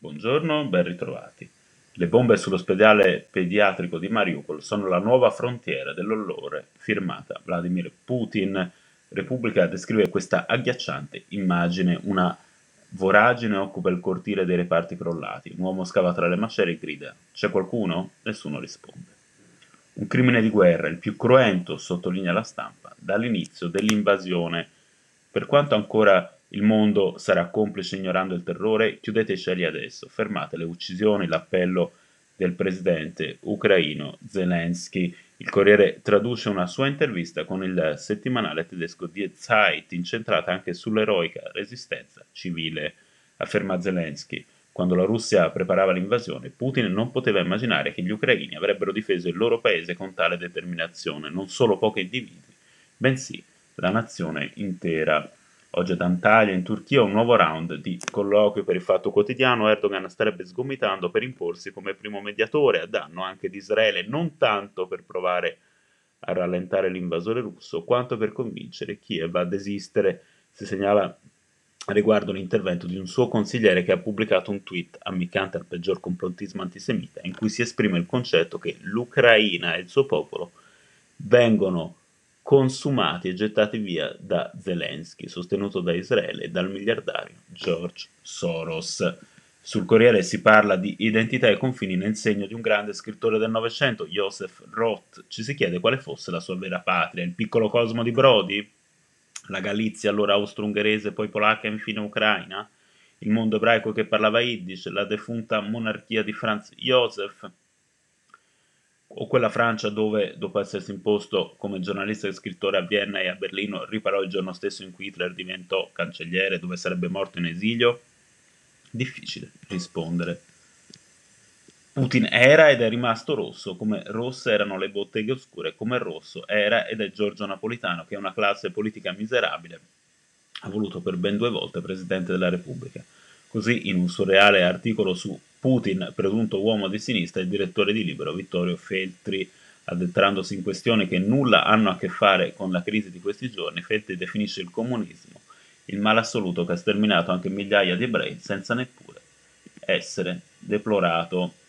Buongiorno, ben ritrovati. Le bombe sull'ospedale pediatrico di Mariupol sono la nuova frontiera dell'orrore, firmata Vladimir Putin. Repubblica descrive questa agghiacciante immagine: una voragine occupa il cortile dei reparti crollati. Un uomo scava tra le macerie e grida: c'è qualcuno? Nessuno risponde. Un crimine di guerra, il più cruento, sottolinea la stampa, dall'inizio dell'invasione. Per quanto ancora il mondo sarà complice ignorando il terrore, chiudete i cieli adesso, fermate le uccisioni, l'appello del presidente ucraino Zelensky. Il Corriere traduce una sua intervista con il settimanale tedesco Die Zeit, incentrata anche sull'eroica resistenza civile. Afferma Zelensky: quando la Russia preparava l'invasione, Putin non poteva immaginare che gli ucraini avrebbero difeso il loro paese con tale determinazione, non solo pochi individui, bensì la nazione intera. Oggi ad Antalya, in Turchia, un nuovo round di colloqui per il Fatto Quotidiano. Erdogan starebbe sgomitando per imporsi come primo mediatore a danno anche di Israele, non tanto per provare a rallentare l'invasore russo, quanto per convincere Kiev a desistere. Si segnala a riguardo l'intervento di un suo consigliere che ha pubblicato un tweet ammiccante al peggior complottismo antisemita, in cui si esprime il concetto che l'Ucraina e il suo popolo vengono consumati e gettati via da Zelensky, sostenuto da Israele e dal miliardario George Soros. Sul Corriere si parla di identità e confini nel segno di un grande scrittore del Novecento, Joseph Roth. Ci si chiede quale fosse la sua vera patria: il piccolo cosmo di Brody? La Galizia, allora austro-ungherese, poi polacca e infine ucraina? Il mondo ebraico che parlava Yiddish, la defunta monarchia di Franz Joseph? O quella Francia dove, dopo essersi imposto come giornalista e scrittore a Vienna e a Berlino, riparò il giorno stesso in cui Hitler diventò cancelliere, dove sarebbe morto in esilio? Difficile rispondere. Putin era ed è rimasto rosso, come rosse erano le botteghe oscure, come rosso era ed è Giorgio Napolitano, che è una classe politica miserabile ha voluto per ben 2 volte Presidente della Repubblica. Così, in un surreale articolo su Putin, presunto uomo di sinistra, il direttore di Libero, Vittorio Feltri, addentrandosi in questioni che nulla hanno a che fare con la crisi di questi giorni, Feltri definisce il comunismo il male assoluto che ha sterminato anche migliaia di ebrei senza neppure essere deplorato.